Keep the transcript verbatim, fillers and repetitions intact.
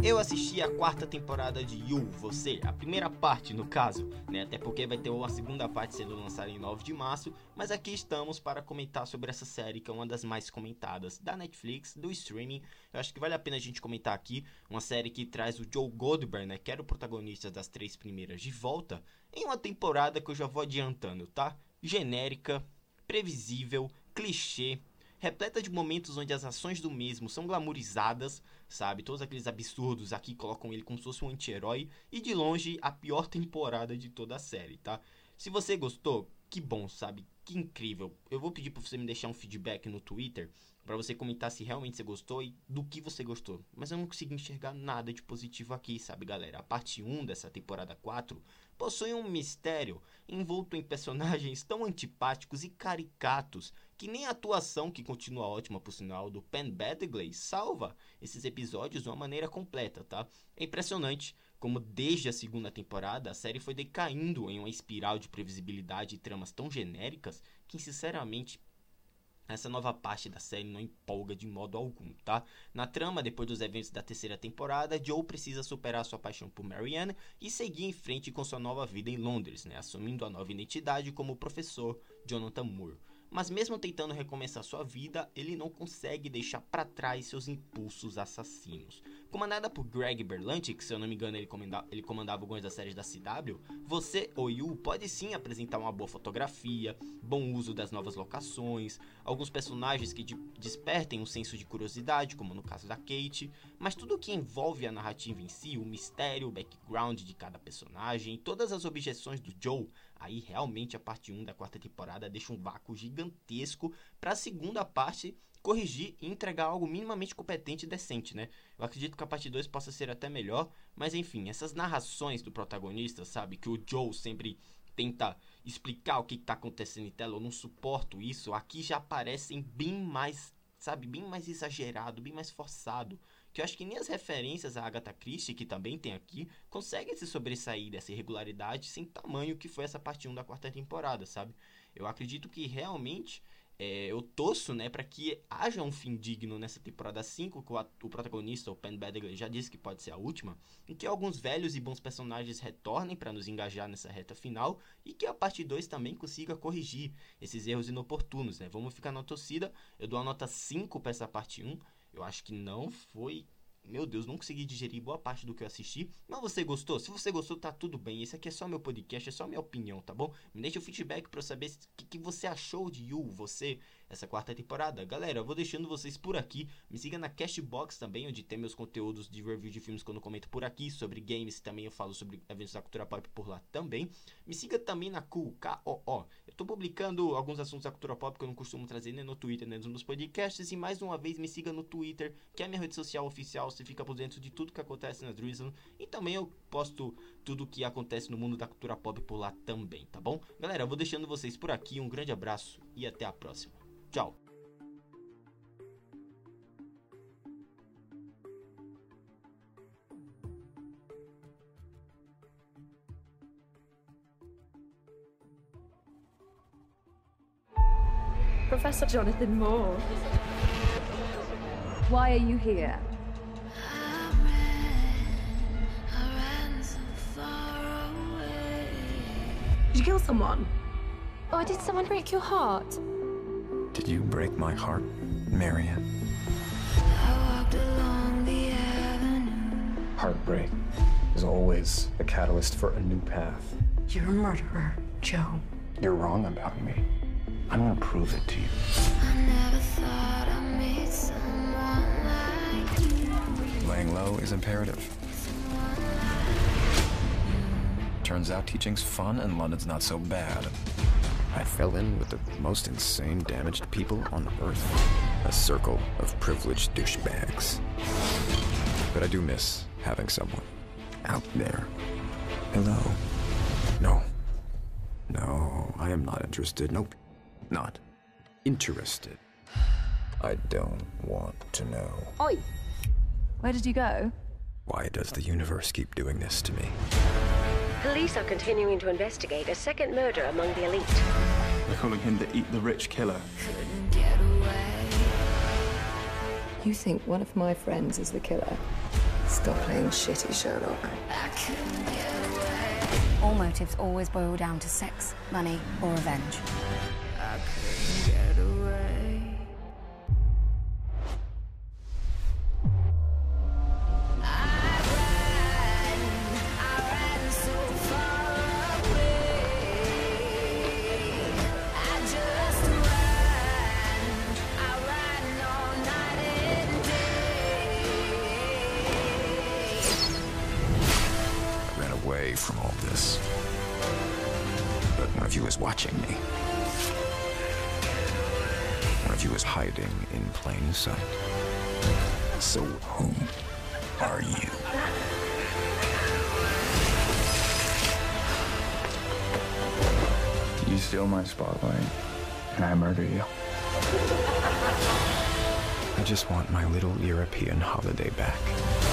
Eu assisti a quarta temporada de You, Você, a primeira parte no caso, né? Até porque vai ter uma segunda parte sendo lançada em nove de março, mas aqui estamos para comentar sobre essa série que é uma das mais comentadas da Netflix, do streaming. Eu acho que vale a pena a gente comentar aqui, uma série que traz o Joe Goldberg, né, que era o protagonista das três primeiras, de volta, em uma temporada que eu já vou adiantando, tá? Genérica, previsível, clichê, repleta de momentos onde as ações do mesmo são glamourizadas, sabe? Todos aqueles absurdos aqui colocam ele como se fosse um anti-herói. E de longe, a pior temporada de toda a série, tá? Se você gostou, que bom, sabe? Que incrível. Eu vou pedir pra você me deixar um feedback no Twitter, pra você comentar se realmente você gostou e do que você gostou. Mas eu não consegui enxergar nada de positivo aqui, sabe, galera? A parte um dessa temporada quatro possui um mistério envolto em personagens tão antipáticos e caricatos que nem a atuação, que continua ótima por sinal, do Penn Badgley salva esses episódios de uma maneira completa, tá? É impressionante como desde a segunda temporada a série foi decaindo em uma espiral de previsibilidade e tramas tão genéricas que, sinceramente, essa nova parte da série não empolga de modo algum, tá? Na trama, depois dos eventos da terceira temporada, Joe precisa superar sua paixão por Marianne e seguir em frente com sua nova vida em Londres, né? Assumindo a nova identidade como o professor Jonathan Moore. Mas mesmo tentando recomeçar sua vida, ele não consegue deixar para trás seus impulsos assassinos. Comandada por Greg Berlanti, que se eu não me engano ele, comanda- ele comandava algumas das séries da C W, Você, ou You, pode sim apresentar uma boa fotografia, bom uso das novas locações, alguns personagens que de- despertem um senso de curiosidade, como no caso da Kate, mas tudo que envolve a narrativa em si, o mistério, o background de cada personagem, todas as objeções do Joe, aí realmente a parte um da quarta temporada deixa um vácuo gigantesco para a segunda parte corrigir e entregar algo minimamente competente e decente, né? Eu acredito que a parte dois possa ser até melhor, mas enfim, essas narrações do protagonista, sabe? Que o Joe sempre tenta explicar o que está acontecendo em tela, eu não suporto isso, aqui já parecem bem mais, sabe? Bem mais exagerado, bem mais forçado. Que eu acho que nem as referências a Agatha Christie, que também tem aqui, conseguem se sobressair dessa irregularidade sem tamanho que foi essa parte um da quarta temporada, sabe? Eu acredito que realmente é, eu torço, né, para que haja um fim digno nessa temporada cinco, que o, o protagonista, o Penn Badgley, já disse que pode ser a última, e que alguns velhos e bons personagens retornem para nos engajar nessa reta final, e que a parte dois também consiga corrigir esses erros inoportunos, né? Vamos ficar na torcida. Eu dou a nota cinco para essa parte um. Eu acho que não foi... Meu Deus, não consegui digerir boa parte do que eu assisti. Mas você gostou? Se você gostou, tá tudo bem. Esse aqui é só meu podcast, é só minha opinião, tá bom? Me deixa o feedback pra eu saber o que, que você achou de You, Você, essa quarta temporada. Galera, eu vou deixando vocês por aqui. Me siga na Cashbox também, onde tem meus conteúdos de review de filmes quando eu comento por aqui. Sobre games também eu falo sobre eventos da cultura pop por lá também. Me siga também na Cool, K O O. Eu tô publicando alguns assuntos da cultura pop que eu não costumo trazer nem no Twitter, nem nos podcasts. E mais uma vez, me siga no Twitter, que é a minha rede social oficial. Você fica por dentro de tudo que acontece na Drizzle. E também eu posto tudo que acontece no mundo da cultura pop por lá também, tá bom? Galera, eu vou deixando vocês por aqui. Um grande abraço e até a próxima. Tchau! Professor Jonathan Moore. Why are you here? Did you kill someone? Oh, did someone break your heart? Did you break my heart, Marianne? Heartbreak is always a catalyst for a new path. You're a murderer, Joe. You're wrong about me. I'm gonna prove it to you. Laying low is imperative. Turns out teaching's fun and London's not so bad. I fell in with the most insane, damaged people on Earth. A circle of privileged douchebags. But I do miss having someone out there. Hello. No. No, I am not interested. Nope. Not interested. I don't want to know. Oi! Where did you go? Why does the universe keep doing this to me? Police are continuing to investigate a second murder among the elite. They're calling him the Eat the Rich Killer. You think one of my friends is the killer? Stop playing shitty, Sherlock. All motives always boil down to sex, money, or revenge. I couldn't get away. Away from all this. But one of you is watching me. One of you is hiding in plain sight. So who are you? You steal my spotlight, and I murder you. I just want my little European holiday back.